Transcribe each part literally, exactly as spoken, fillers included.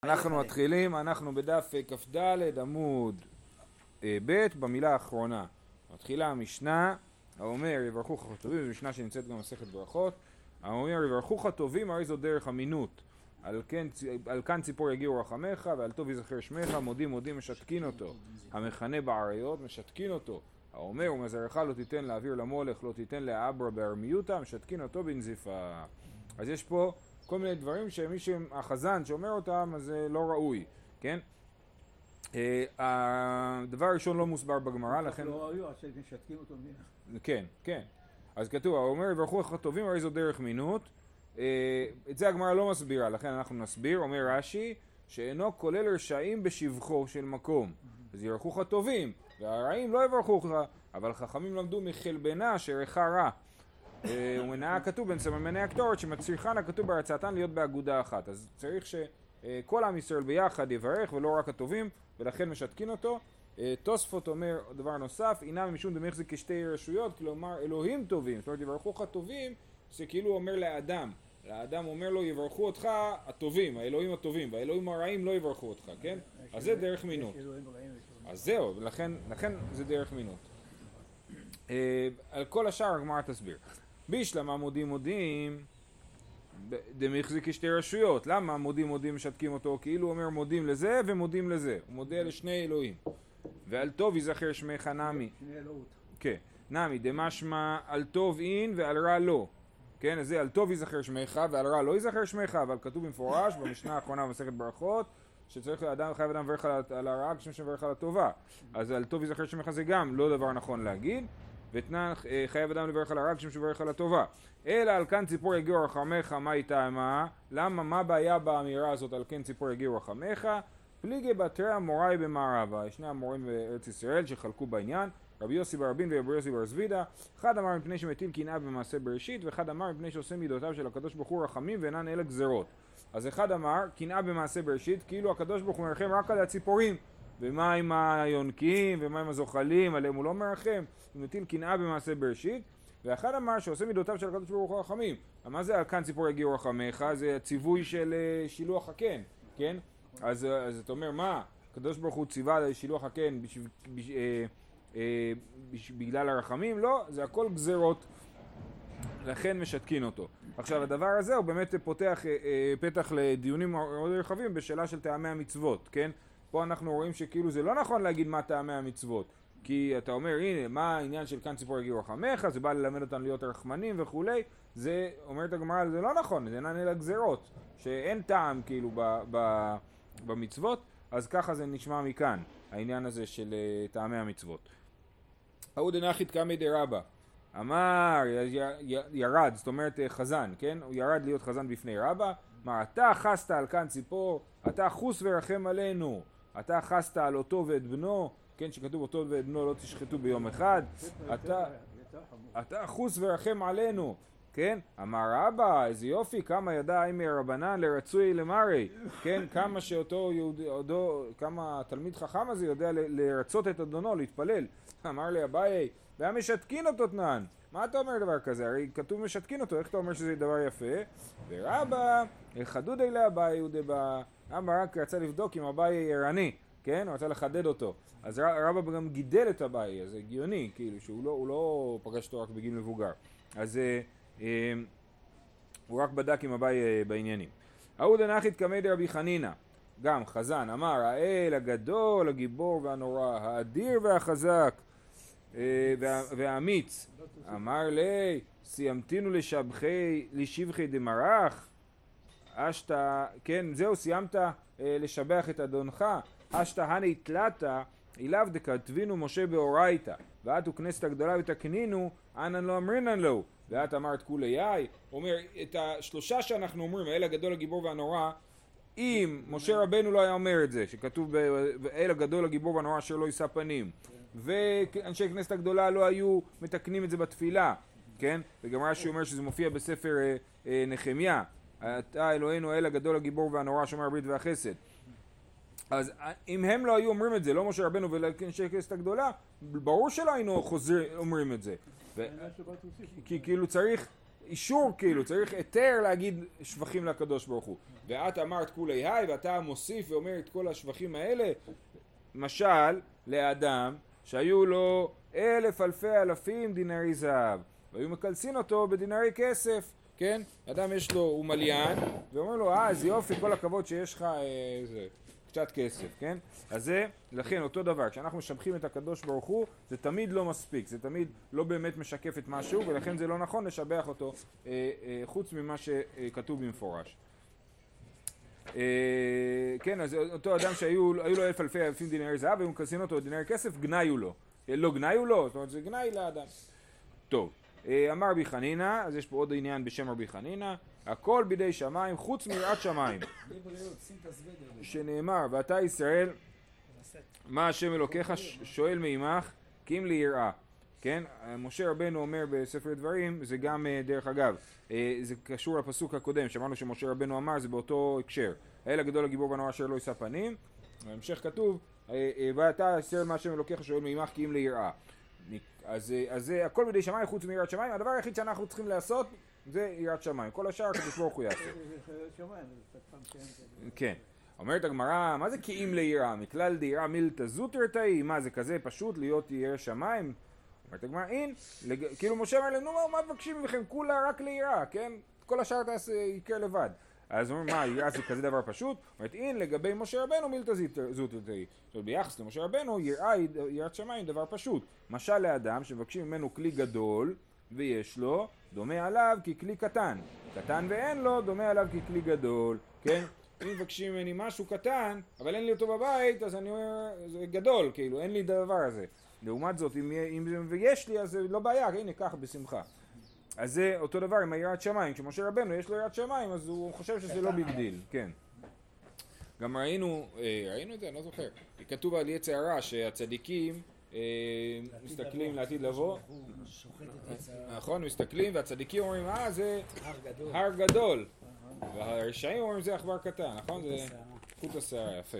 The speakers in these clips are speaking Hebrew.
אנחנו מתחילים, אנחנו בדף כ"ד עמוד ב' במילה האחרונה. מתחילה המשנה, האומר יברכוך הטובים, זו משנה שנמצאת גם במסכת ברכות. האומר יברכוך הטובים, הרי זו דרך אמינות. על כן, על כאן ציפור יגיעו רחמך, ועל טוב יזכר שמך, מודים מודים משתקין אותו. המכנה בעריות משתקין אותו. האומר ומזרעך לא תיתן לאוויר למולך, לא תיתן לאברה בארמיותה, משתקין אותו בנזיפה. אז יש פה כל מיני דברים שמי שהחזן שאומר אותם אז זה לא ראוי, כן? הדבר הראשון לא מוסבר בגמרא, לכן... לא ראוי, אז משתקים אותו מי? כן, כן. אז כתוב, הוא אומר, יברכוך הטובים, הרי זו דרך מינות. את זה הגמרא לא מסבירה, לכן אנחנו נסביר. אומר רש"י, שאינו כולל רשעים בשבחו של מקום. אז יברכוך הטובים, והרעים לא יברכוך, אבל חכמים למדו מחלבנה שערכה רע. ומנעה כתוב בין סממני הקטורת שמצריכן הכתוב בהרצאתן להיות באגודה אחת. אז צריך שכל עם ישראל ביחד יברך ולא רק הטובים, ולכן משתקין אותו. תוספות אומר דבר נוסף, אינם משום דמחזיק כשתי רשויות, כלומר אלוהים טובים, זאת אומרת יברכוך הטובים, זה כאילו אומר לאדם, לאדם אומר לו יברכו אותך הטובים, האלוהים הטובים, והאלוהים הרעים לא יברכו אותך, כן? אז זה דרך מינות. אז זהו, לכן, לכן זה דרך מינות. על כל השאר הגמרא תסביר. בישלמה מודים מודים דמחזיק כשתי רשויות. למה מודים מודים משתקים אותו? כאילו הוא אומר מודים לזה ומודים לזה. הוא מודה לשני אלוהים. ועל טוב יזכר שמך נמי. שני אלוהות. כן. נמי דמשמע על טוב אין ועל רע לא. כן, אז זה על טוב יזכר שמך ועל רע לא יזכר שמך, אבל כתוב במפורש במשנה האחרונה במסכת ברכות שצריך לאדם, חייב אדם לברך על הרע כשם שמברך על הטובה. אז על טוב יזכר שמך זה גם לא דבר נכון להגיד. ותנן חייב אדם לברך על הרע כשם שברך על הטובה. אלא על כאן ציפור יגיעו רחמך, מה איתה מה? למה, מה בעיה באמירה הזאת על כן ציפור יגיעו רחמך? פליגי בתרי המוראי במערבה. ישני המורים בארץ ישראל שחלקו בעניין, רבי יוסי ברבין ורבי יוסי בר זבידה. אחד אמר מפני שמטיל קנאה במעשה בראשית, ואחד אמר מפני שעושה מידותיו של הקדוש ברוך הוא רחמים ואינן אלה גזרות. אז אחד אמר קנאה במעשה בראשית, כאילו הקדוש ברוך הוא מרחם רק על הציפורים. ומה עם היונקים, ומה עם הזוחלים, עליהם הוא לא מרחם, הוא מטיל קנאה במעשה בראשית. ואחד אמר שעושה מידותיו של הקדוש ברוך הוא רחמים. מה זה על כאן ציפור יגיעו רחמך? זה הציווי של שילוח הקן, כן? אז, אז אתה אומר, מה? הקדוש ברוך הוא ציווה לשילוח הקן בש, בש, אה, אה, בש, בגלל הרחמים? לא, זה הכל גזרות, לכן משתקין אותו. עכשיו הדבר הזה הוא באמת פותח אה, אה, פתח לדיונים מאוד רחבים בשאלה של טעמי המצוות, כן? פה אנחנו רואים שכאילו זה לא נכון להגיד מה טעמי המצוות, כי אתה אומר הנה מה העניין של כאן ציפור יגיעו רחמך, זה בא ללמד אותנו להיות רחמנים וכולי, זה אומרת הגמרא זה לא נכון, זה אינן אלא גזרות, שאין טעם כאילו ב, ב, במצוות, אז ככה זה נשמע מכאן העניין הזה של uh, טעמי המצוות. ההוא דנחית קמי דרבא, אמר י, י, ירד, זאת אומרת חזן, כן? הוא ירד להיות חזן בפני רבא, אמר אתה חסת על כאן ציפור, אתה חוס ורחם עלינו, אתה חסת על אותו ואת בנו, כן, שכתוב אותו ואת בנו לא תשחטו ביום אחד, אתה, אתה חוס ורחם עלינו, כן? אמר רבא, איזה יופי, כמה ידע מי רבנן לרצוי למרי, כן? כמה שאותו יהודי, אותו, כמה התלמיד חכם הזה יודע לרצות את אדונו, להתפלל. אמר לי אביי, והיה משתקין אותו תנן. מה אתה אומר דבר כזה? הרי כתוב משתקין אותו, איך אתה אומר שזה דבר יפה? ורבא, חדוד אלה אביי יהודי בא, רבא רק רצה לבדוק אם אביי ערני, כן? הוא רצה לחדד אותו. אז רבא גם גידל את אביי, אז הגיוני, כאילו, שהוא לא, הוא לא פגש אותו רק בגיל מבוגר. אז אה, אה, הוא רק בדק עם אביי אה, בעניינים. ההוא דנחית קמי דרבי חנינא, גם חזן, אמר, האל הגדול, הגיבור והנורא, האדיר והחזק, וה, והאמיץ, אמר לי, סיימתינו לשבחי, לשבחי דמרח, אשתה, כן, זהו, סיימת לשבח את אדונך, אשתה הני תלתה, אליו דכתבינו משה באורייתא, ואת וכנסת הגדולה ותקנינו, אנן לא אמרינן לו, ואת אמרת כולי יאי, אומר, את השלושה שאנחנו אומרים, האל הגדול, הגיבור והנורא, אם משה רבנו לא היה אומר את זה, שכתוב באל הגדול, הגיבור והנורא אשר לא יישא פנים, ואנשי כנסת הגדולה לא היו מתקנים את זה בתפילה, כן? וגם רש"י אומר שזה מופיע בספר אה, אה, נחמיה, אתה אלוהינו האל הגדול הגיבור והנורא שומר הברית והחסד. אז אם הם לא היו אומרים את זה, לא משה רבנו ואנשי כנסת הגדולה, ברור שלא היינו חוזר אומרים את זה. ו... כי כאילו צריך אישור כאילו, צריך היתר להגיד שבחים לקדוש ברוך הוא. ואת אמרת כולי היי, ואתה מוסיף ואומר את כל השבחים האלה, משל לאדם שהיו לו אלף אלפי אלפים דינרי זהב, והיו מקלסין אותו בדינרי כסף, כן? אדם יש לו, הוא מליין, ואומר לו, אה, איזה יופי, כל הכבוד שיש לך, אה, זה, קצת כסף, כן? אז זה, לכן, אותו דבר, כשאנחנו משבחים את הקדוש ברוך הוא, זה תמיד לא מספיק, זה תמיד לא באמת משקף את משהו, ולכן זה לא נכון לשבח אותו, אה, אה, חוץ ממה שכתוב במפורש. אה, כן, אז אותו אדם שהיו היו לו אלף אלפי אלפים דינרי זהב, והיו מקלסין אותו דינרי כסף, גנאי הוא לו. לא גנאי הוא לו, זאת אומרת, זה גנאי לאדם. טוב. אמר רבי חנינא, אז יש פה עוד עניין בשם רבי חנינא, הכל בידי שמיים חוץ מיראת שמיים, שנאמר ואתה ישראל מה השם אלוקיך שואל מעמך כי אם ליראה, כן? משה רבנו אומר בספר דברים, זה גם דרך אגב, זה קשור לפסוק הקודם שאמרנו שמשה רבנו אמר, זה באותו הקשר, האל הגדול הגיבור בנורא אשר לא יישא פנים, בהמשך כתוב ואתה ישראל מה השם אלוקיך שואל מעמך כי אם ליראה. אז, אז זה הכל בידי שמיים חוץ מיראת שמיים, הדבר היחיד שאנחנו צריכים לעשות זה יראת שמיים, כל השאר הקדוש ברוך הוא יעשה. כן, אומרת הגמרא, מה זה כי אם ליראה? מכלל דיראה מילתא זוטרתאי, מה זה כזה פשוט להיות ירא שמיים? אומרת הגמרא, אין, לג... כאילו משה אומר לנו, מה מבקשים מכם? כולה רק ליראה, כן? כל השאר תעשה יקר לבד. אז אומרים, מה, יראה זה כזה דבר פשוט? אומרת, אין, לגבי משה רבנו מילתא זוטרתאי. זאת אומרת, ביחס למשה רבנו, יראה, יראת שמיים, דבר פשוט. משל לאדם שמבקשים ממנו כלי גדול, ויש לו, דומה עליו ככלי קטן. קטן ואין לו, דומה עליו ככלי גדול, כן? אם מבקשים ממני משהו קטן, אבל אין לי אותו בבית, אז אני אומר, זה גדול, כאילו, אין לי את הדבר הזה. לעומת זאת, אם, אם ויש לי, אז זה לא בעיה, הנה, קח בשמחה. אז זה אותו דבר עם היראת שמיים, כשמשה רבנו יש לו יראת שמיים, אז הוא חושב שזה לא ביג דיל, כן. גם ראינו, ראינו את זה, אני לא זוכר, כתוב על יצר הרע שהצדיקים מסתכלים לעתיד לבוא, נכון, מסתכלים, והצדיקים אומרים, אה, זה הר גדול, והרשעים אומרים, זה עכבר קטן, נכון? זה חוט השערה, יפה.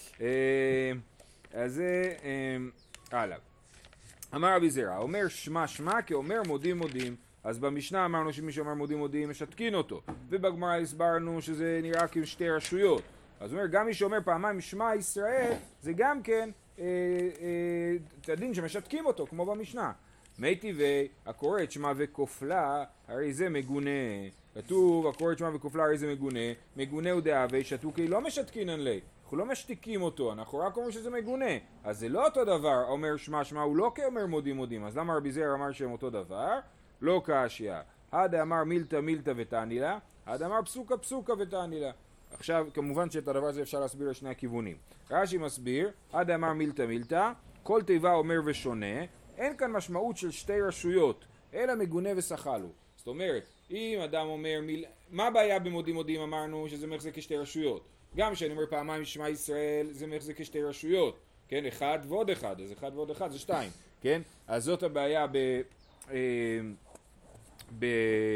אז זה, הלאה. אמר רבי זרע, אומר שמה שמה כאומר מודים מודים, אז במשנה אמרנו שמי שאומר מודים מודים משתקין אותו, ובגמרא הסברנו שזה נראה כאילו שתי רשויות. אז הוא אומר, גם מי שאומר פעמיים שמע ישראל, זה גם כן צדין שמשתקים אותו, כמו במשנה. מי טבעי, הקורא את שמע וכופלה, הרי זה מגונה. כתוב, הקורא את שמע וכופלה, הרי זה מגונה. מגונה הוא דאבי, שתו כי לא משתקינן לי. אנחנו לא משתיקים אותו, אנחנו רק אומרים שזה מגונה. אז זה לא אותו דבר, אומר שמע שמע, הוא לא כאומר מודים מודים. אז למה רבי זרע אמר שהם אותו דבר? לא קשיא. עד אמר מילתא מילתא ותעני לה, עד אמר פסוקה פסוקה ותעני לה. עכשיו, כמובן שאת הדבר הזה אפשר להסביר לשני הכיוונים. רש"י מסביר, עד אמר מילתא מילתא, כל תיבה אומר ושונה, אין כאן משמעות של שתי רשויות, אלא מגונה וסחלו. זאת אומרת, אם אדם אומר, מיל... מה הבעיה במודים מודים אמרנו שזה מחזק כשתי רשויות? גם כשאני אומר פעמיים שמע ישראל, זה מחזק כשתי רשויות, כן? אחד ועוד אחד, אז אחד ועוד אחד זה שתיים, כן? אז זאת הבעיה ב... ב...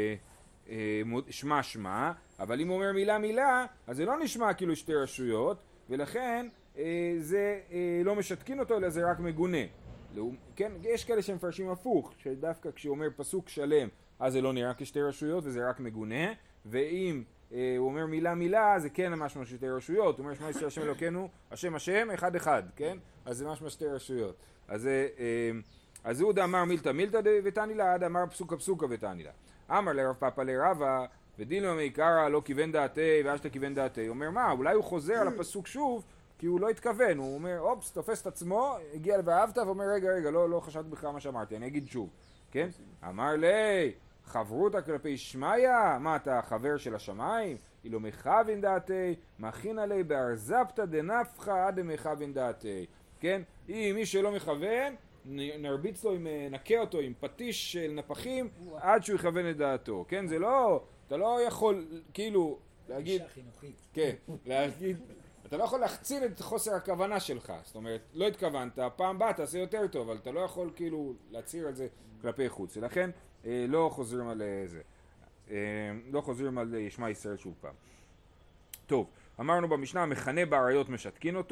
שמע שמע, אבל אם הוא אומר מילה מילה, אז זה לא נשמע כאילו שתי רשויות, ולכן אה, זה אה, לא משתקין אותו, אלא זה רק מגונה. לא, כן, יש כאלה שמפרשים הפוך, שדווקא כשהוא אומר פסוק שלם, אז זה לא נראה כשתי רשויות, וזה רק מגונה, ואם אה, הוא אומר מילה מילה, זה כן משמע שתי רשויות, הוא אומר שמע ישראל השם אלוקינו, השם השם, אחד אחד, כן? אז זה משמע שתי רשויות. אז, אה, אז הוא דאמר מילתא מילתא ותעני לה, עד אמר פסוקה פסוקה ותעני לה. אמר לרב פאפא לרבא, ודין מעיקרא לא כיוון דעתי ואשתא כיוון דעתי. אומר מה, אולי הוא חוזר על הפסוק שוב, כי הוא לא התכוון, הוא אומר, אופס, תופס את עצמו, הגיע ל"ואהבת" ואומר, רגע, רגע, לא, לא חשבתי בכלל מה שאמרתי, אני אגיד שוב, כן? אמר לי, חברותא כלפי שמיא, מה אתה חבר של השמיים? אילו מכוון דעתי, מכין עלי בארזפתא דנפחא עד מכוון דעתי, כן? אם מי שלא מכוון, נרביץ לו, עם, נקה אותו עם פטיש של נפחים עד שהוא יכוון את דעתו, כן? זה לא, אתה לא יכול כאילו להגיד, כן, להגיד, אתה לא יכול להחצין את חוסר הכוונה שלך, זאת אומרת, לא התכוונת, פעם הבאה תעשה יותר טוב, אבל אתה לא יכול כאילו להצהיר על זה כלפי חוץ, ולכן אה, לא חוזרים על זה, אה, לא חוזרים על ישמע ישראל שוב פעם. טוב, אמרנו במשנה, מכנה באריות משתקין אותו,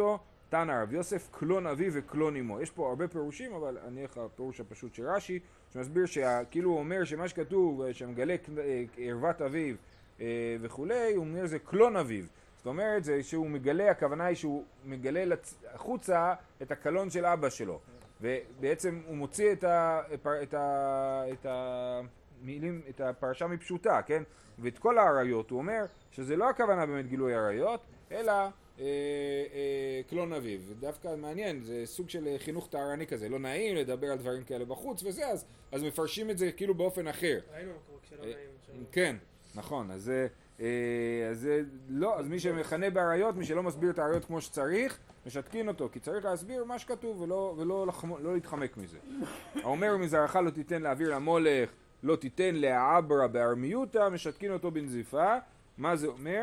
תנא רב יוסף, קלון אביו וקלון אמו. יש פה הרבה פירושים, אבל אני אלך הפירוש הפשוט של רש"י, שמסביר שכאילו הוא אומר שמה שכתוב, שמגלה ערוות אביו וכולי, הוא אומר זה קלון אביו. זאת אומרת, זה שהוא מגלה, הכוונה היא שהוא מגלה החוצה את הקלון של אבא שלו. ובעצם הוא מוציא את, ה, את, ה, את, המילים, את הפרשה מפשוטה, כן? ואת כל העריות הוא אומר שזה לא הכוונה באמת גילוי עריות, אלא אה, אה, קלון אביו. ודווקא מעניין, זה סוג של חינוך טהרני כזה, לא נעים לדבר על דברים כאלה בחוץ וזה, אז, אז מפרשים את זה כאילו באופן אחר. ראינו מקום כשלא אה, נעים. כן, נכון, אז זה... אז זה לא, אז מי שמכנה בעריות, מי שלא מסביר את העריות כמו שצריך, משתקין אותו, כי צריך להסביר מה שכתוב ולא, ולא לחמו, לא להתחמק מזה. האומר מזרעך לא תיתן להעביר למולך, לא תיתן להעברה בארמיותה, משתקין אותו בנזיפה. מה זה אומר?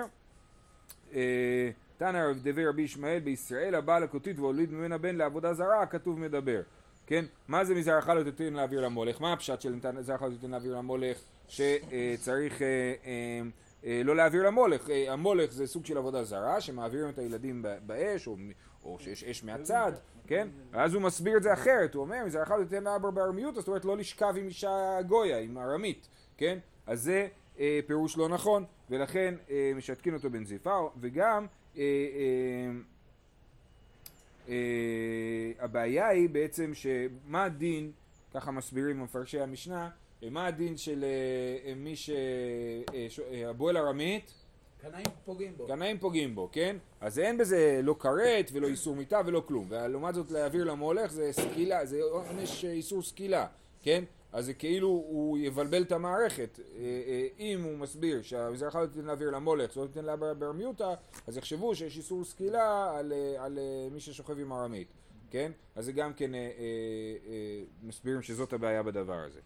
תנא דבי רבי ישמעאל בישראל, הבא לקוטית והוליד ממנה בן לעבודה זרה, כתוב מדבר. כן? מה זה מזרעך לא תיתן להעביר למולך? מה הפשט של מזרעך לא תיתן להעביר למולך? שצריך לא להעביר למולך. המולך זה סוג של עבודה זרה שמעבירים את הילדים באש או, או שיש אש מהצד, כן? אז הוא מסביר את זה אחרת, הוא אומר מזרעך לא תיתן לעבר בארמיות, זאת אומרת לא לשכב עם אישה גויה, עם ארמית, כן? אז זה אה, פירוש לא נכון, ולכן אה, משתקין אותו בנזיפה, וגם אה, אה, אה, הבעיה היא בעצם שמה הדין, ככה מסבירים מפרשי המשנה, מה הדין של אה, מי שהבועל ארמית? קנאים פוגעים בו. קנאים פוגעים בו, כן? אז אין בזה לא כרת ולא איסור מיתה ולא כלום. ולעומת זאת להעביר למולך זה סקילה, זה עונש איסור סקילה, כן? אז זה כאילו הוא יבלבל את המערכת. אם הוא מסביר שהמזרחה לא תיתן להעביר למולך, לא תיתן להעביר בארמיותה, אז יחשבו שיש איסור סקילה על, על מי ששוכב עם ארמית, כן? אז זה גם כן מסבירים שזאת הבעיה בדבר הזה.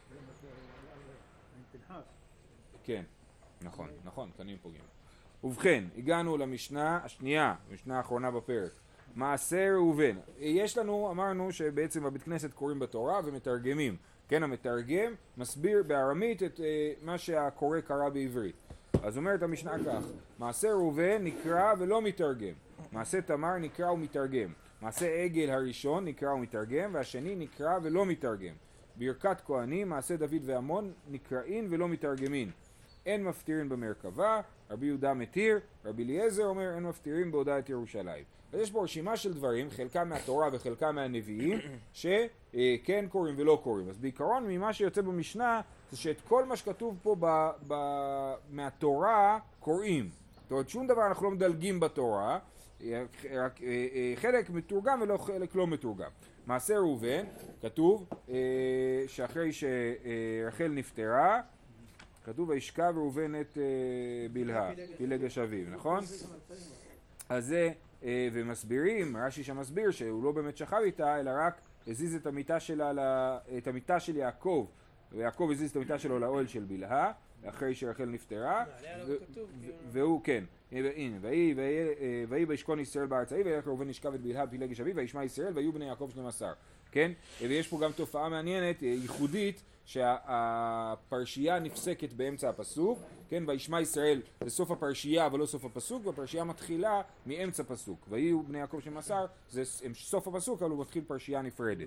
כן, נכון, נכון, קנאים פוגעים. ובכן, הגענו למשנה השנייה, המשנה האחרונה בפרק. מעשה ראובן. יש לנו, אמרנו שבעצם בבית כנסת קוראים בתורה ומתרגמים. כן, המתרגם מסביר בארמית את אה, מה שהקורא קרא בעברית. אז אומרת המשנה כך, מעשה ראובן נקרא ולא מתרגם. מעשה תמר נקרא ומתרגם. מעשה עגל הראשון נקרא ומתרגם, והשני נקרא ולא מתרגם. ברכת כהנים, מעשה דוד ועמון נקראין ולא מתרגמין. אין מפטירין במרכבה, רבי יהודה מתיר, רבי אליעזר אומר אין מפטירין בהודעת ירושלים. אז יש פה רשימה של דברים, חלקם מהתורה וחלקם מהנביאים, שכן קוראים ולא קוראים. אז בעיקרון ממה שיוצא במשנה, זה שאת כל מה שכתוב פה ב, ב, מהתורה קוראים. זאת אומרת, שום דבר אנחנו לא מדלגים בתורה, רק חלק מתורגם ולא חלק לא מתורגם. מעשה ראובן, כתוב שאחרי שרחל נפטרה, כתוב וישכב ראובן את בלהה, פילג השביב, נכון? אז זה, ומסבירים, רש"י שם מסביר שהוא לא באמת שכב איתה, אלא רק הזיז את המיטה שלה, את המיטה של יעקב, ויעקב הזיז את המיטה שלו לאוהל של בלהה, אחרי שרחל נפטרה, והוא, כן, הנה, ויהי בישכון ישראל בארץ ההיא, וילך ראובן ישכב את בלהה פילג השביב, וישמע ישראל, ויהיו בני יעקב שנים עשר, כן? ויש פה גם תופעה מעניינת, ייחודית, שהפרשייה נפסקת באמצע הפסוק, כן? וישמע ישראל זה סוף הפרשייה אבל לא סוף הפסוק, והפרשייה מתחילה מאמצע פסוק. ויהיו בני יעקב שנים עשר, זה סוף הפסוק, אבל הוא מתחיל פרשייה נפרדת.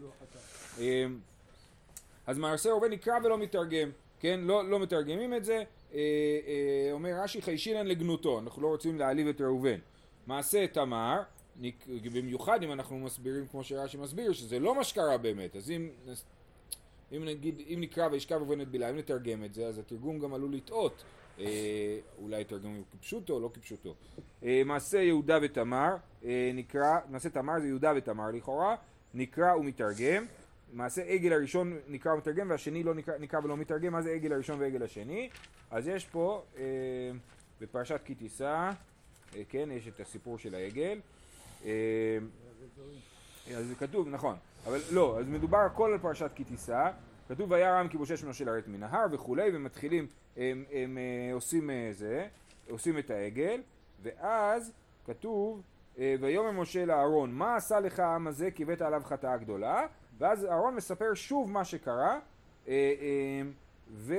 אז מעשה ראובן נקרא ולא מתרגם, כן? לא, לא מתרגמים את זה. אומר רש"י חיישינן לגנותו, אנחנו לא רוצים להעליב את ראובן. מעשה תמר, במיוחד אם אנחנו מסבירים כמו שרש"י מסביר, שזה לא מה שקרה באמת, אז אם... אם נגיד, אם נקרא וישכב ראובן את בלהה, אם נתרגם את זה, אז התרגום גם עלול לטעות. אה, אולי תרגום כפשוטו, לא כפשוטו. אה, מעשה יהודה ותמר, אה, נקרא, מעשה תמר זה יהודה ותמר לכאורה, נקרא ומתרגם. מעשה עגל הראשון נקרא ומתרגם, והשני לא נקרא, נקרא ולא מתרגם. מה זה עגל הראשון ועגל השני? אז יש פה, אה, בפרשת כי תישא, אה, כן, יש את הסיפור של העגל. אה, אז זה כתוב, נכון, אבל לא, אז מדובר הכל על פרשת כי תישא, כתוב וירם כי בושש משה לרדת מן ההר וכולי, ומתחילים, הם, הם, הם עושים זה, עושים את העגל, ואז כתוב ויאמר משה לאהרון, מה עשה לך העם הזה כי הבאת עליו חטאה גדולה, ואז אהרון מספר שוב מה שקרה, ו...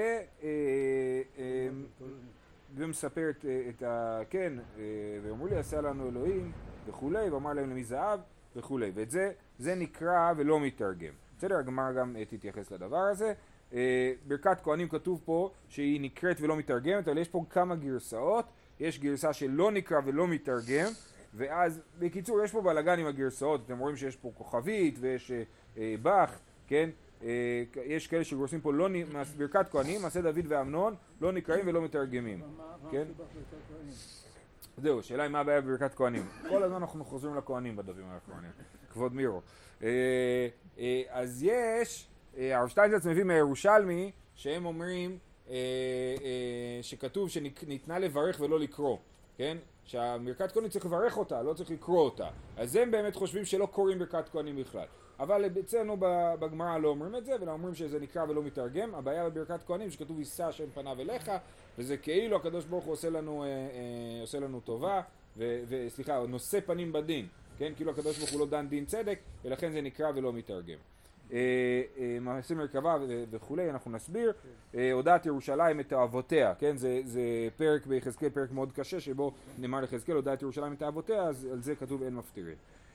ומספר את, את ה... כן, ואומרו לי עשה לנו אלוהים, וכולי, ואמר להם למי זהב וכולי, ואת זה, זה נקרא ולא מתרגם. בסדר, הגמרא גם תתייחס לדבר הזה. ברכת כהנים כתוב פה שהיא נקראת ולא מתרגמת, אבל יש פה כמה גרסאות. יש גרסה שלא נקרא ולא מתרגם, ואז בקיצור יש פה בלגן עם הגרסאות. אתם רואים שיש פה כוכבית ויש אה, בח, כן? אה, יש כאלה שגורסים פה לא, ברכת כהנים, מעשה דוד ואמנון, לא נקראים ולא מתרגמים. כן? זהו, שאלה היא מה הבעיה בברכת כהנים. כל הזמן אנחנו חוזרים לכהנים בדפים האחרונים. כבוד מירו. אה, אה, אז יש, אה, הרב שטיינזלץ מביא מהירושלמי, שהם אומרים אה, אה, שכתוב שניתנה לברך ולא לקרוא, כן? שהברכת כהנים צריך לברך אותה, לא צריך לקרוא אותה. אז הם באמת חושבים שלא קוראים ברכת כהנים בכלל. אבל אצלנו בגמרא לא אומרים את זה, ולא אומרים שזה נקרא ולא מתרגם. הבעיה בברכת כהנים שכתוב יישא השם פניו אליך, וזה כאילו הקדוש ברוך הוא עושה לנו, אה, אה, עושה לנו טובה, ו, וסליחה, נושא פנים בדין, כן? כאילו הקדוש ברוך הוא לא דן דין צדק, ולכן זה נקרא ולא מתרגם. אה, אה, מעשה מרכבה וכולי, אנחנו נסביר. אה, הודעת ירושלים את אהבותיה, כן? זה, זה פרק ביחזקאל, פרק מאוד קשה, שבו נאמר ליחזקאל הודעת ירושלים את אהבותיה, אז על זה כתוב אין מפטירים.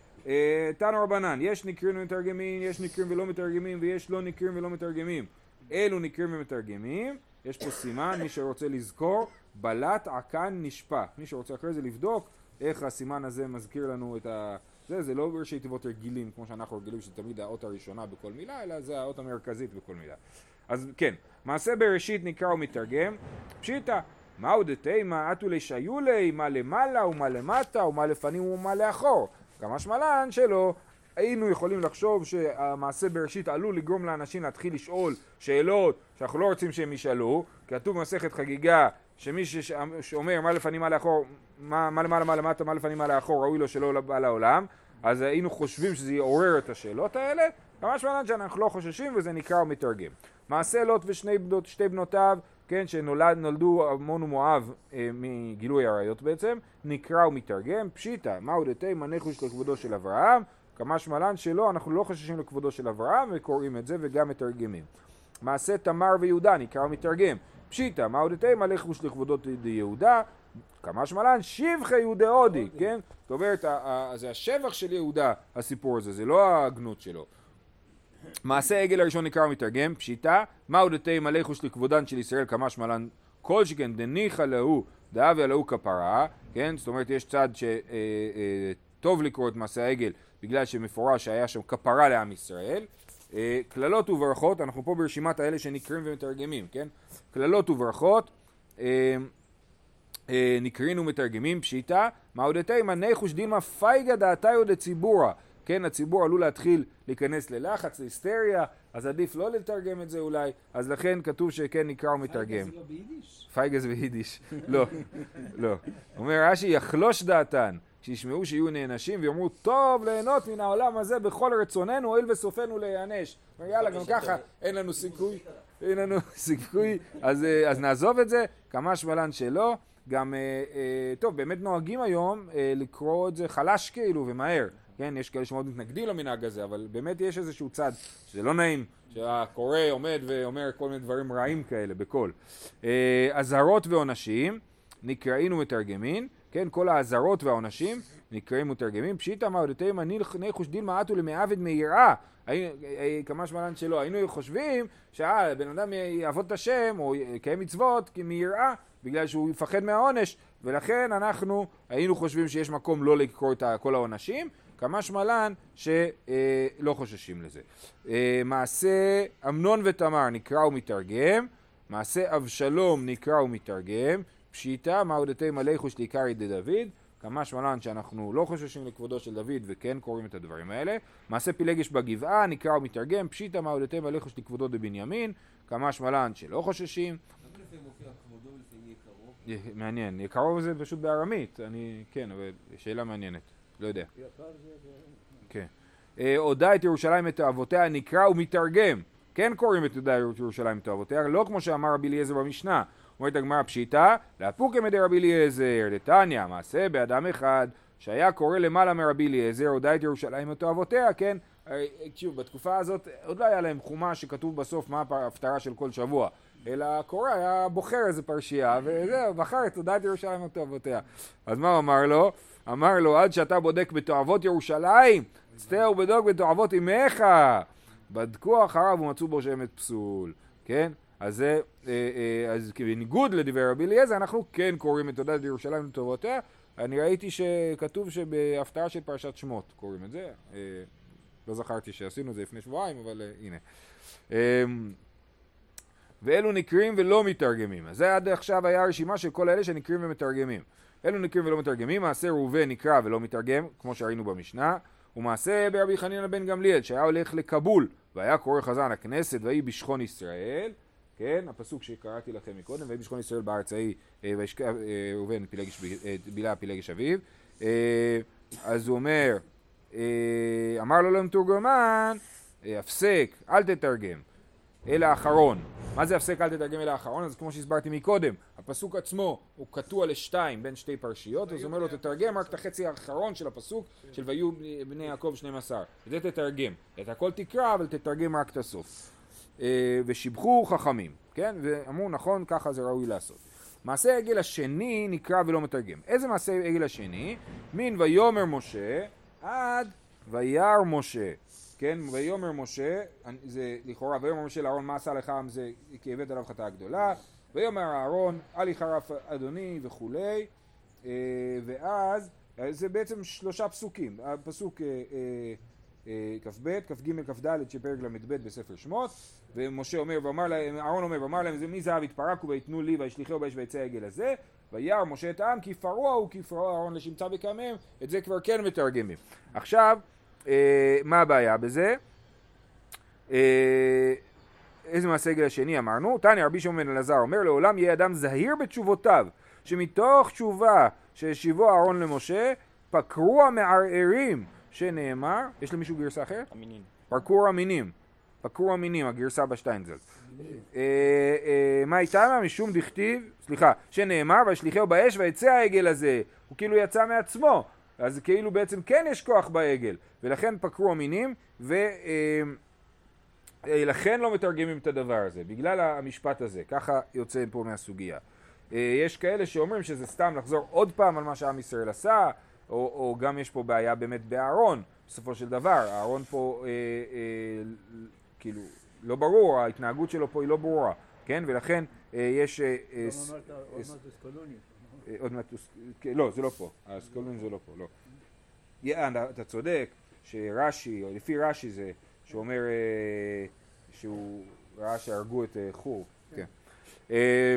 תנו רבנן, יש נקרים ומתרגמים, יש נקרים ולא מתרגמים, ויש לא נקרים ולא מתרגמים. אלו נקרים ומתרגמים, יש פה סימן, מי שרוצה לזכור, בלט עקן נשפע. מי שרוצה אחרי זה לבדוק איך הסימן הזה מזכיר לנו את ה... זה, זה לא ראשי תיבות רגילים, כמו שאנחנו רגילים, שתמיד האות הראשונה בכל מילה, אלא זה האות המרכזית בכל מילה. אז כן, מעשה בראשית נקרא ומתרגם, פשיטה, מהו דתימה, אתו לשיולי, מה למעלה ומה למטה, ומה לפנים ומה לאחור. כמה שמלן שלא, היינו יכולים לחשוב שהמעשה בראשית עלול לגרום לאנשים להתחיל לשאול שאלות שאנחנו לא רוצים שהם ישאלו, כתוב במסכת חגיגה שמי שאומר מה לפנים מה לאחור, מה, מה למעלה מה למטה, מה לפנים מה לאחור, ראוי לו שלא בא לעולם, אז היינו חושבים שזה יעורר את השאלות האלה, כמה שמלן שאנחנו לא חוששים וזה נקרא ומתרגם. מעשה לוט ושני בנות, שתי בנותיו, כן, שנולדו עמון ומואב אה, מגילוי עריות בעצם, נקרא ומתרגם, פשיטה, מהו דתימה נחוש לכבודו של אברהם, כמה שמלן שלא, אנחנו לא חוששים לכבודו של אברהם וקוראים את זה וגם מתרגמים. מעשה תמר ויהודה נקרא ומתרגם, פשיטה, מהו דתימה נחוש לכבודו יהודה, כמה שמלן שבחי יהודה הודי, כן? זאת אומרת, זה השבח של יהודה הסיפור הזה, זה לא הגנות שלו. מעשה עגל הראשון נקרא ומתרגם, פשיטה, מהו דתימה לחוש לכבודן של ישראל כמה שמלן כל שכן דניחא להו דהווה להו כפרה, כן? זאת אומרת יש צד שטוב לקרוא את מעשה העגל בגלל שמפורש שהיה שם כפרה לעם ישראל. כללות וברכות, אנחנו פה ברשימת האלה שנקראים ומתרגמים, כן? כללות וברכות נקראים ומתרגמים, פשיטה, מהו דתימה נחוש דילמה פייגא דעתיו דציבורא, כן, הציבור עלול להתחיל להיכנס ללחץ, להיסטריה, אז עדיף לא לתרגם את זה אולי, אז לכן כתוב שכן נקרא ומתרגם. פייגה זה לא ביידיש? פייגה זה ביידיש, לא, לא. אומר רש"י, יחלוש דעתן, שישמעו שיהיו נענשים ויאמרו, טוב ליהנות מן העולם הזה בכל רצוננו, הואיל וסופנו להיענש. אומר יאללה, גם ככה אין לנו סיכוי, אין לנו סיכוי, אז, אז נעזוב את זה, כמה שמלן שלא. גם, אה, אה, טוב, באמת נוהגים היום אה, לקרוא את זה חלש כאילו ומהר. כן, יש כאלה שמאוד מתנגדים למנהג הזה, אבל באמת יש איזשהו צד שזה לא נעים, שהקורא עומד ואומר כל מיני דברים רעים כאלה בקול. אזהרות ועונשים נקראים ומתרגמים, כן, כל האזהרות והעונשים נקראים ומתרגמים. פשיטא מהו דתימה נחוש דילמה אתו למעבד מיראה, כמה שמלן שלא, היינו חושבים שהבן אדם יעבוד את השם או יקיים מצוות מיראה, בגלל שהוא יפחד מהעונש, ולכן אנחנו היינו חושבים שיש מקום לא לקרוא את כל העונשים, כמה שמלן שלא חוששים לזה. מעשה אמנון ותמר נקרא ומתרגם, מעשה אבשלום נקרא ומתרגם, פשיטה מהו דתימה לחוש לעיקרי דדוד, כמה שמלן שאנחנו לא חוששים לכבודו של דוד וכן קוראים את הדברים האלה. מעשה פילגש בגבעה נקרא ומתרגם, פשיטה מהו דתימה לחוש לכבודו דבנימין, כמה שמלן שלא חוששים. מעניין, יקרו זה פשוט בארמית, אני, כן, אבל שאלה מעניינת, לא יודע. כן. הודע את ירושלים את אהבותיה נקרא ומתרגם, כן קוראים את הודע את ירושלים את אהבותיה, לא כמו שאמר רבי אליעזר במשנה, אומרת הגמרא פשיטה, להפוק מדי רבי אליעזר, דתניא, מעשה באדם אחד, שהיה קורא למעלה מרבי אליעזר, הודע את ירושלים את אהבותיה, כן, שוב, בתקופה הזאת עוד לא היה להם חומה שכתוב בסוף מה ההפטרה של כל שבוע, אלא הקורא היה בוחר איזה פרשייה, וזהו, בחר את הודעת ירושלים את אהבותיה. אז מה הוא אמר לו? אמר לו, עד שאתה בודק בתועבות ירושלים, סתה ובדוק בתועבות אמך. בדקו אחריו ומצאו בו שמת פסול. כן? אז זה, אז בניגוד לדברי רבי אליעזר, אנחנו כן קוראים את תעודת ירושלים לטובותיה. אני ראיתי שכתוב שבהפטרה של פרשת שמות קוראים את זה. לא זכרתי שעשינו את זה לפני שבועיים, אבל הנה. ואלו נקרים ולא מתרגמים. אז זה עד עכשיו היה הרשימה של כל אלה שנקרים ומתרגמים. אלו נקרים ולא מתרגמים, מעשה ראובן נקרא ולא מתרגם, כמו שראינו במשנה, ומעשה ברבי חנינא בן גמליאל, שהיה הולך לקבול, והיה קורא חזן הכנסת, ויהי בשכון ישראל, כן, הפסוק שקראתי לכם מקודם, ויהי בשכון ישראל בארץ ההיא, וישכב ראובן בילה פילגש אביו, אז הוא אומר, אמר לו למתורגמן, הפסק, אל תתרגם, אלא האחרון. מה זה הפסק אל תתרגם אלא האחרון? אז כמו שהסברתי מקודם, הפסוק עצמו הוא קטוע לשתיים בין שתי פרשיות, אז הוא אומר לו תתרגם רק את החצי האחרון של הפסוק של ויהיו בני יעקב שנים עשר. וזה תתרגם. את הכל תקרא, אבל תתרגם רק את הסוף. ושיבחו חכמים, כן? ואמרו נכון, ככה זה ראוי לעשות. מעשה עגל השני נקרא ולא מתרגם. איזה מעשה עגל השני? מן ויאמר משה עד וירא משה. כן, ויאמר משה, זה לכאורה, ויאמר משה לאהרון מה עשה לך, זה כי הבאת עליו חטאה גדולה, ויאמר אהרון אל יחרף אדוני וכולי, ואז זה בעצם שלושה פסוקים, הפסוק כ"ב, כ"ג, כ"ד שפרק למ"ב בספר שמות, ומשה אומר, ואמר להם, אהרון אומר, ואמר להם, מי זהב יתפרקו ויתנו לי וישליחהו באש ויצא העגל הזה, וירא משה את העם כי פרוע הוא כי פרוע אהרון לשמצה בקמם, את זה כבר כן מתרגמים. עכשיו, אה, מה הבעיה בזה? אה, איזה מעשה עגל השני אמרנו? תניא רבי שמעון בן אלעזר אומר, לעולם יהיה אדם זהיר בתשובותיו, שמתוך תשובה שהשיבו אהרון למשה, פקרו המערערים, שנאמר, יש למישהו גרסה אחרת? המינים. פקרו המינים, פקרו המינים, הגרסה בשטיינזלץ. מה איתה? משום דכתיב, סליחה, שנאמר, וישליחהו באש ויצא העגל הזה, הוא כאילו יצא מעצמו, אז כאילו בעצם כן יש כוח בעגל, ולכן פקרו המינים, ולכן לא מתרגמים את הדבר הזה, בגלל המשפט הזה, ככה יוצא פה מהסוגיה. יש כאלה שאומרים שזה סתם לחזור עוד פעם על מה שעם ישראל עשה, או, או גם יש פה בעיה באמת באהרון, בסופו של דבר, אהרון פה אה, אה, כאילו לא ברור, ההתנהגות שלו פה היא לא ברורה, כן? ולכן אה, יש... אה, אה, אמרת, עוד מעט אסקלוני. עוד מעט, לא, זה לא פה, האסקלוני זה לא פה, לא. יאן, אתה צודק שרש"י, או לפי רש"י זה, שאומר אה, שהוא ראה שהרגו את אה, חור, כן. אה,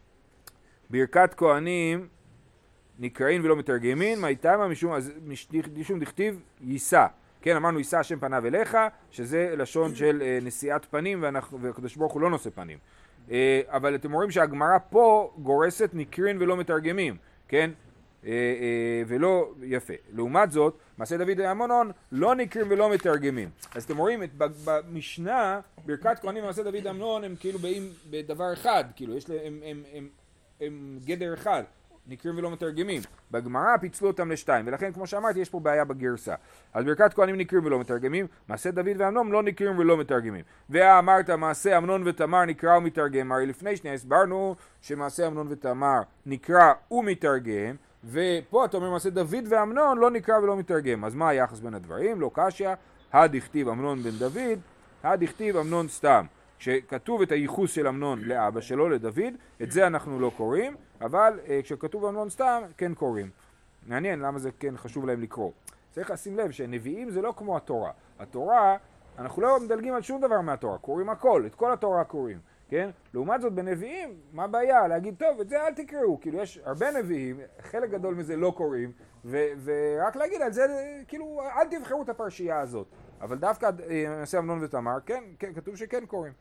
ברכת כהנים נקראים ולא מתרגמים, מה איתם? משום, משום דכתיב יישא, כן, אמרנו יישא השם פניו אליך, שזה לשון של אה, נשיאת פנים, והקדוש ברוך הוא לא נושא פנים. אה, אבל אתם רואים שהגמרא פה גורסת נקרין ולא מתרגמים, כן? אה, אה, ולא יפה. לעומת זאת, מעשה דוד אמנון לא נקרין ולא מתרגמים. אז אתם רואים, את, במשנה, ברכת כהנים ומעשה דוד אמנון הם כאילו באים בדבר אחד, כאילו יש להם, הם, הם, הם, הם גדר אחד. נקרים ולא מתרגמים. בגמרא פיצלו אותם לשתיים, ולכן כמו שאמרתי יש פה בעיה בגרסה. אז ברכת כהנים נקרים ולא מתרגמים, מעשה דוד ואמנון לא נקרים ולא מתרגמים. ואמרת מעשה אמנון ותמר נקרא ומתרגם, הרי לפני שנייה הסברנו שמעשה אמנון ותמר נקרא ומתרגם, ופה אתה אומר מעשה דוד ואמנון לא נקרא ולא מתרגם. אז מה היחס בין הדברים? לא קשיא, הדכתיב אמנון בן דוד, הדכתיב אמנון סתם. כשכתוב את הייחוס של אמנון לאבא שלו, לדוד, את זה אנחנו לא קוראים, אבל uh, כשכתוב אמנון סתם, כן קוראים. מעניין למה זה כן חשוב להם לקרוא. צריך לשים לב שנביאים זה לא כמו התורה. התורה, אנחנו לא מדלגים על שום דבר מהתורה, קוראים הכל, את כל התורה קוראים, כן? לעומת זאת בנביאים, מה הבעיה? להגיד, טוב, את זה אל תקראו, כאילו יש הרבה נביאים, חלק גדול מזה לא קוראים, ו- ורק להגיד על זה, כאילו, אל תבחרו את הפרשייה הזאת. אבל דווקא נעשה אמנון ותמר, כן, כן, כתוב שכן קוראים.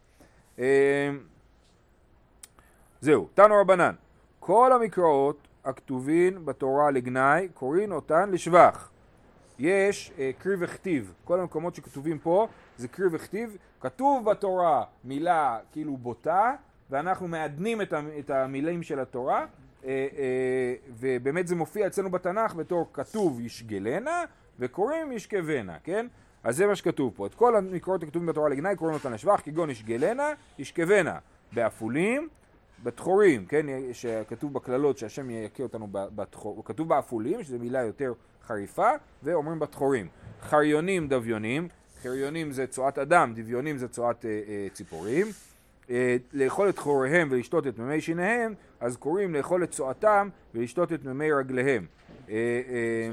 זהו, תנו רבנן, כל המקראות הכתובים בתורה לגנאי קוראים אותן לשבח. יש אה, קריא וכתיב, כל המקומות שכתובים פה זה קריא וכתיב, כתוב בתורה מילה כאילו בוטה ואנחנו מעדנים את, את המילים של התורה אה, אה, ובאמת זה מופיע אצלנו בתנ"ך בתור כתוב ישגלנה וקוראים ישכבנה, כן? אז זה מה שכתוב פה. את כל המקורות הכתובים בתורה לגנאי קוראים אותן לשבח, כגון ישגלנה, ישכבנה, באפולים, בתחורים, כן, שכתוב בכללות שהשם יקה אותנו בתחור, כתוב באפולים, שזו מילה יותר חריפה, ואומרים בתחורים. חריונים, דביונים, חריונים זה צועת אדם, דביונים זה צועת אה, אה, ציפורים. אה, לאכול את חוריהם ולשתות את מימי שיניהם, אז קוראים לאכול את צועתם ולשתות את מימי רגליהם. אה, אה,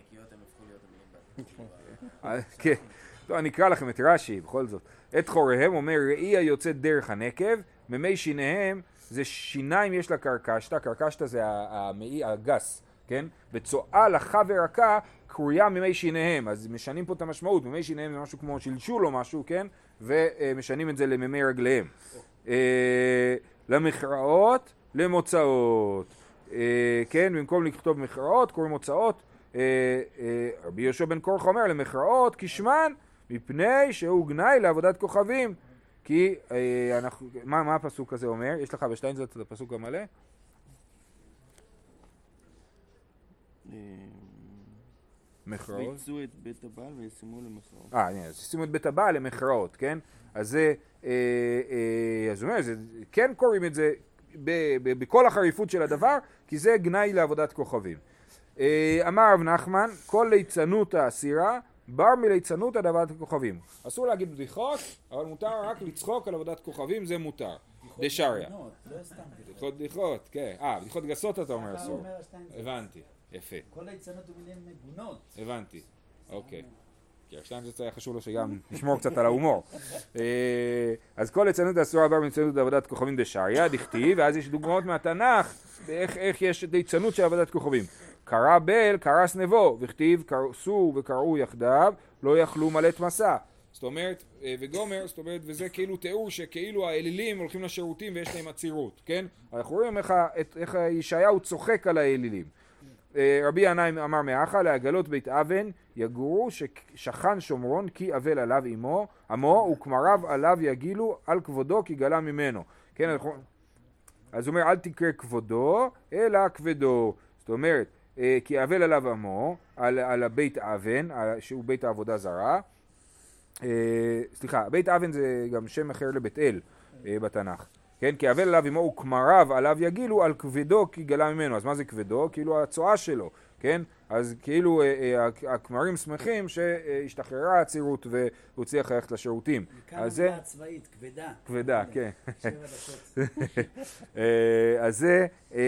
כן, טוב, אני אקרא לכם את רש"י, בכל זאת. את חוריהם אומר ראי היוצאת דרך הנקב, מימי שיניהם זה שיניים יש לה קרקשתא, קרקשתא זה המעי הגס, כן? וצואה לחה ורקה קרויה מימי שיניהם, אז משנים פה את המשמעות, מימי שיניהם זה משהו כמו שלשול או משהו, כן? ומשנים את זה למימי רגליהם. למכרעות, למוצאות, כן? במקום לכתוב מכרעות קוראים מוצאות. רבי יהושע בן קורח אומר למכרעות כשמן מפני שהוא גנאי לעבודת כוכבים. כי אנחנו, מה, מה הפסוק הזה אומר? יש לך בשטיינזלץ את הפסוק המלא? מכרעות. ויצאו את בית הבעל וישימו למכרעות. אה, אז ישימו את בית הבעל למכרעות, כן? אז זה, אז הוא אומר, כן קוראים את זה בכל החריפות של הדבר, כי זה גנאי לעבודת כוכבים. אמר רב נחמן, כל ליצנות האסירה, בר מליצנות עד עבודת כוכבים. אסור להגיד בדיחות, אבל מותר רק לצחוק על עבודת כוכבים, זה מותר. דשריה. בדיחות בדיחות, כן. אה, בדיחות גסות אתה אומר אסור. הבנתי, יפה. כל ליצנות הוא מילים מגונות. הבנתי, אוקיי. כי השתיים זה היה חשוב לו שגם נשמור קצת על ההומור. אז כל ליצנות האסורה בר מליצנות עד עבודת כוכבים דשריה, דכתיב, ואז יש דוגמאות מהתנ"ך, איך יש ליצנות של עבודת כוכבים. קרא בל, קרא סנבו, וכתיב קרסו וקראו יחדיו, לא יכלו מלט מסע. זאת אומרת, וגומר, זאת אומרת, וזה כאילו תיאור שכאילו האלילים הולכים לשירותים ויש להם עצירות, כן? אנחנו רואים איך, איך ישעיהו צוחק על האלילים. רבי ינאי אמר מאחה, לעגלות בית אבן יגורו ששכן שומרון כי אבל עליו אמו, עמו וכמריו עליו יגילו על כבודו כי גלה ממנו. כן, אנחנו... אז הוא אומר, אל תקרא כבודו, אלא כבדו. זאת אומרת, כי אבל עליו עמו, על, על הבית אבן, שהוא בית העבודה זרה. סליחה, בית אבן זה גם שם אחר לבית אל בתנ"ך. כן, כי אבל עליו עמו וכמריו עליו יגילו על כבדו כי גלה ממנו. אז מה זה כבדו? כאילו הצועה שלו, כן? אז כאילו הכמרים שמחים שהשתחררה העצירות והוא צריך ללכת לשירותים. מכאן המילה הצבאית, כבדה. כבדה, כן. שבע דקות. אז זה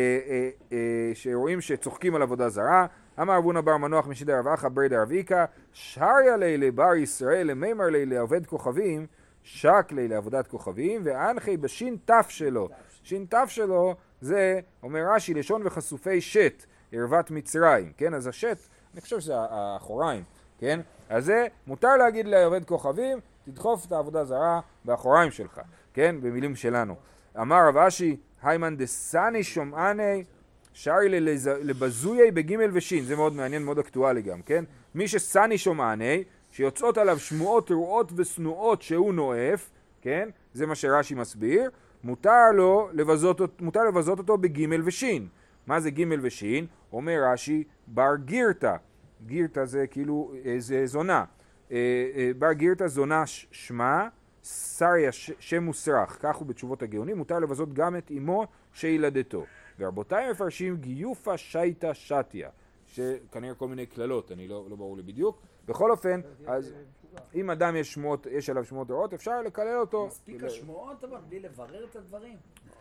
שרואים שצוחקים על עבודה זרה. אמר רב הונא בר מנוח משידר רב אחא ברי דרב איקא, שריה לי לבר ישראל למימר לי לעובד כוכבים, שק לי לעבודת כוכבים, ואנחי בשין תף שלו. שין תף שלו זה, אומר רש"י, לשון וחשופי שת, ערוות מצרים, כן? אז השת, אני חושב שזה האחוריים, כן? אז זה, מותר להגיד לעובד כוכבים, תדחוף את העבודה זרה באחוריים שלך, כן? במילים שלנו. אמר רב אשי, היימן דסני שומעני, שרי לבזויי בגימל ושין, זה מאוד מעניין, מאוד אקטואלי גם, כן? מי שסני שומעני, שיוצאות עליו שמועות רעות ושנועות שהוא נואף, כן? זה מה שרש"י מסביר, מותר לו לבזות, מותר לבזות אותו בגימל ושין. מה זה גימל ושין? אומר רש"י, בר גירתא. גירתא זה כאילו, זה זונה. בר גירתא זונה שמה, שריה שם מוסרח. כך הוא בתשובות הגאונים, מותר לבזות גם את אמו שילדתו. ורבותיי מפרשים גיופה שייטה שתיה, שכנראה כל מיני כללות, אני לא, לא ברור לי בדיוק. בכל אופן, אז אם אדם יש שמועות, יש עליו שמועות רעות, אפשר לקלל אותו. מספיק השמועות אבל בלי לברר את הדברים.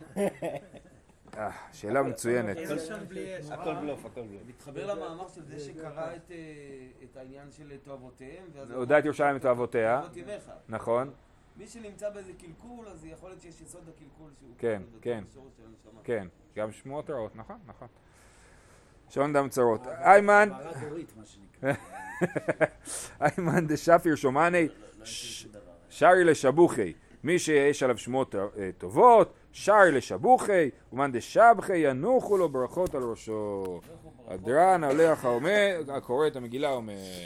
שאלה מצוינת. הכל בלוף, הכל בלוף. מתחבר למאמר של זה שקרא את העניין של תועבותיהם. הודעה את ירושלים את תועבותיה. נכון. מי שנמצא באיזה קלקול, אז יכול להיות שיש יסוד הקלקול שהוא... כן, כן. כן, גם שמועות רעות, נכון, נכון. שעון דם צרות. איימן... איימן דשפיר שומעני שרי לשבוכי. מי שיש עליו שמות טובות, שרי לשבוכי, ומאן דשבחי ינוחו לו ברכות על ראשו. הדרן, הולך, הקורא את המגילה אומר...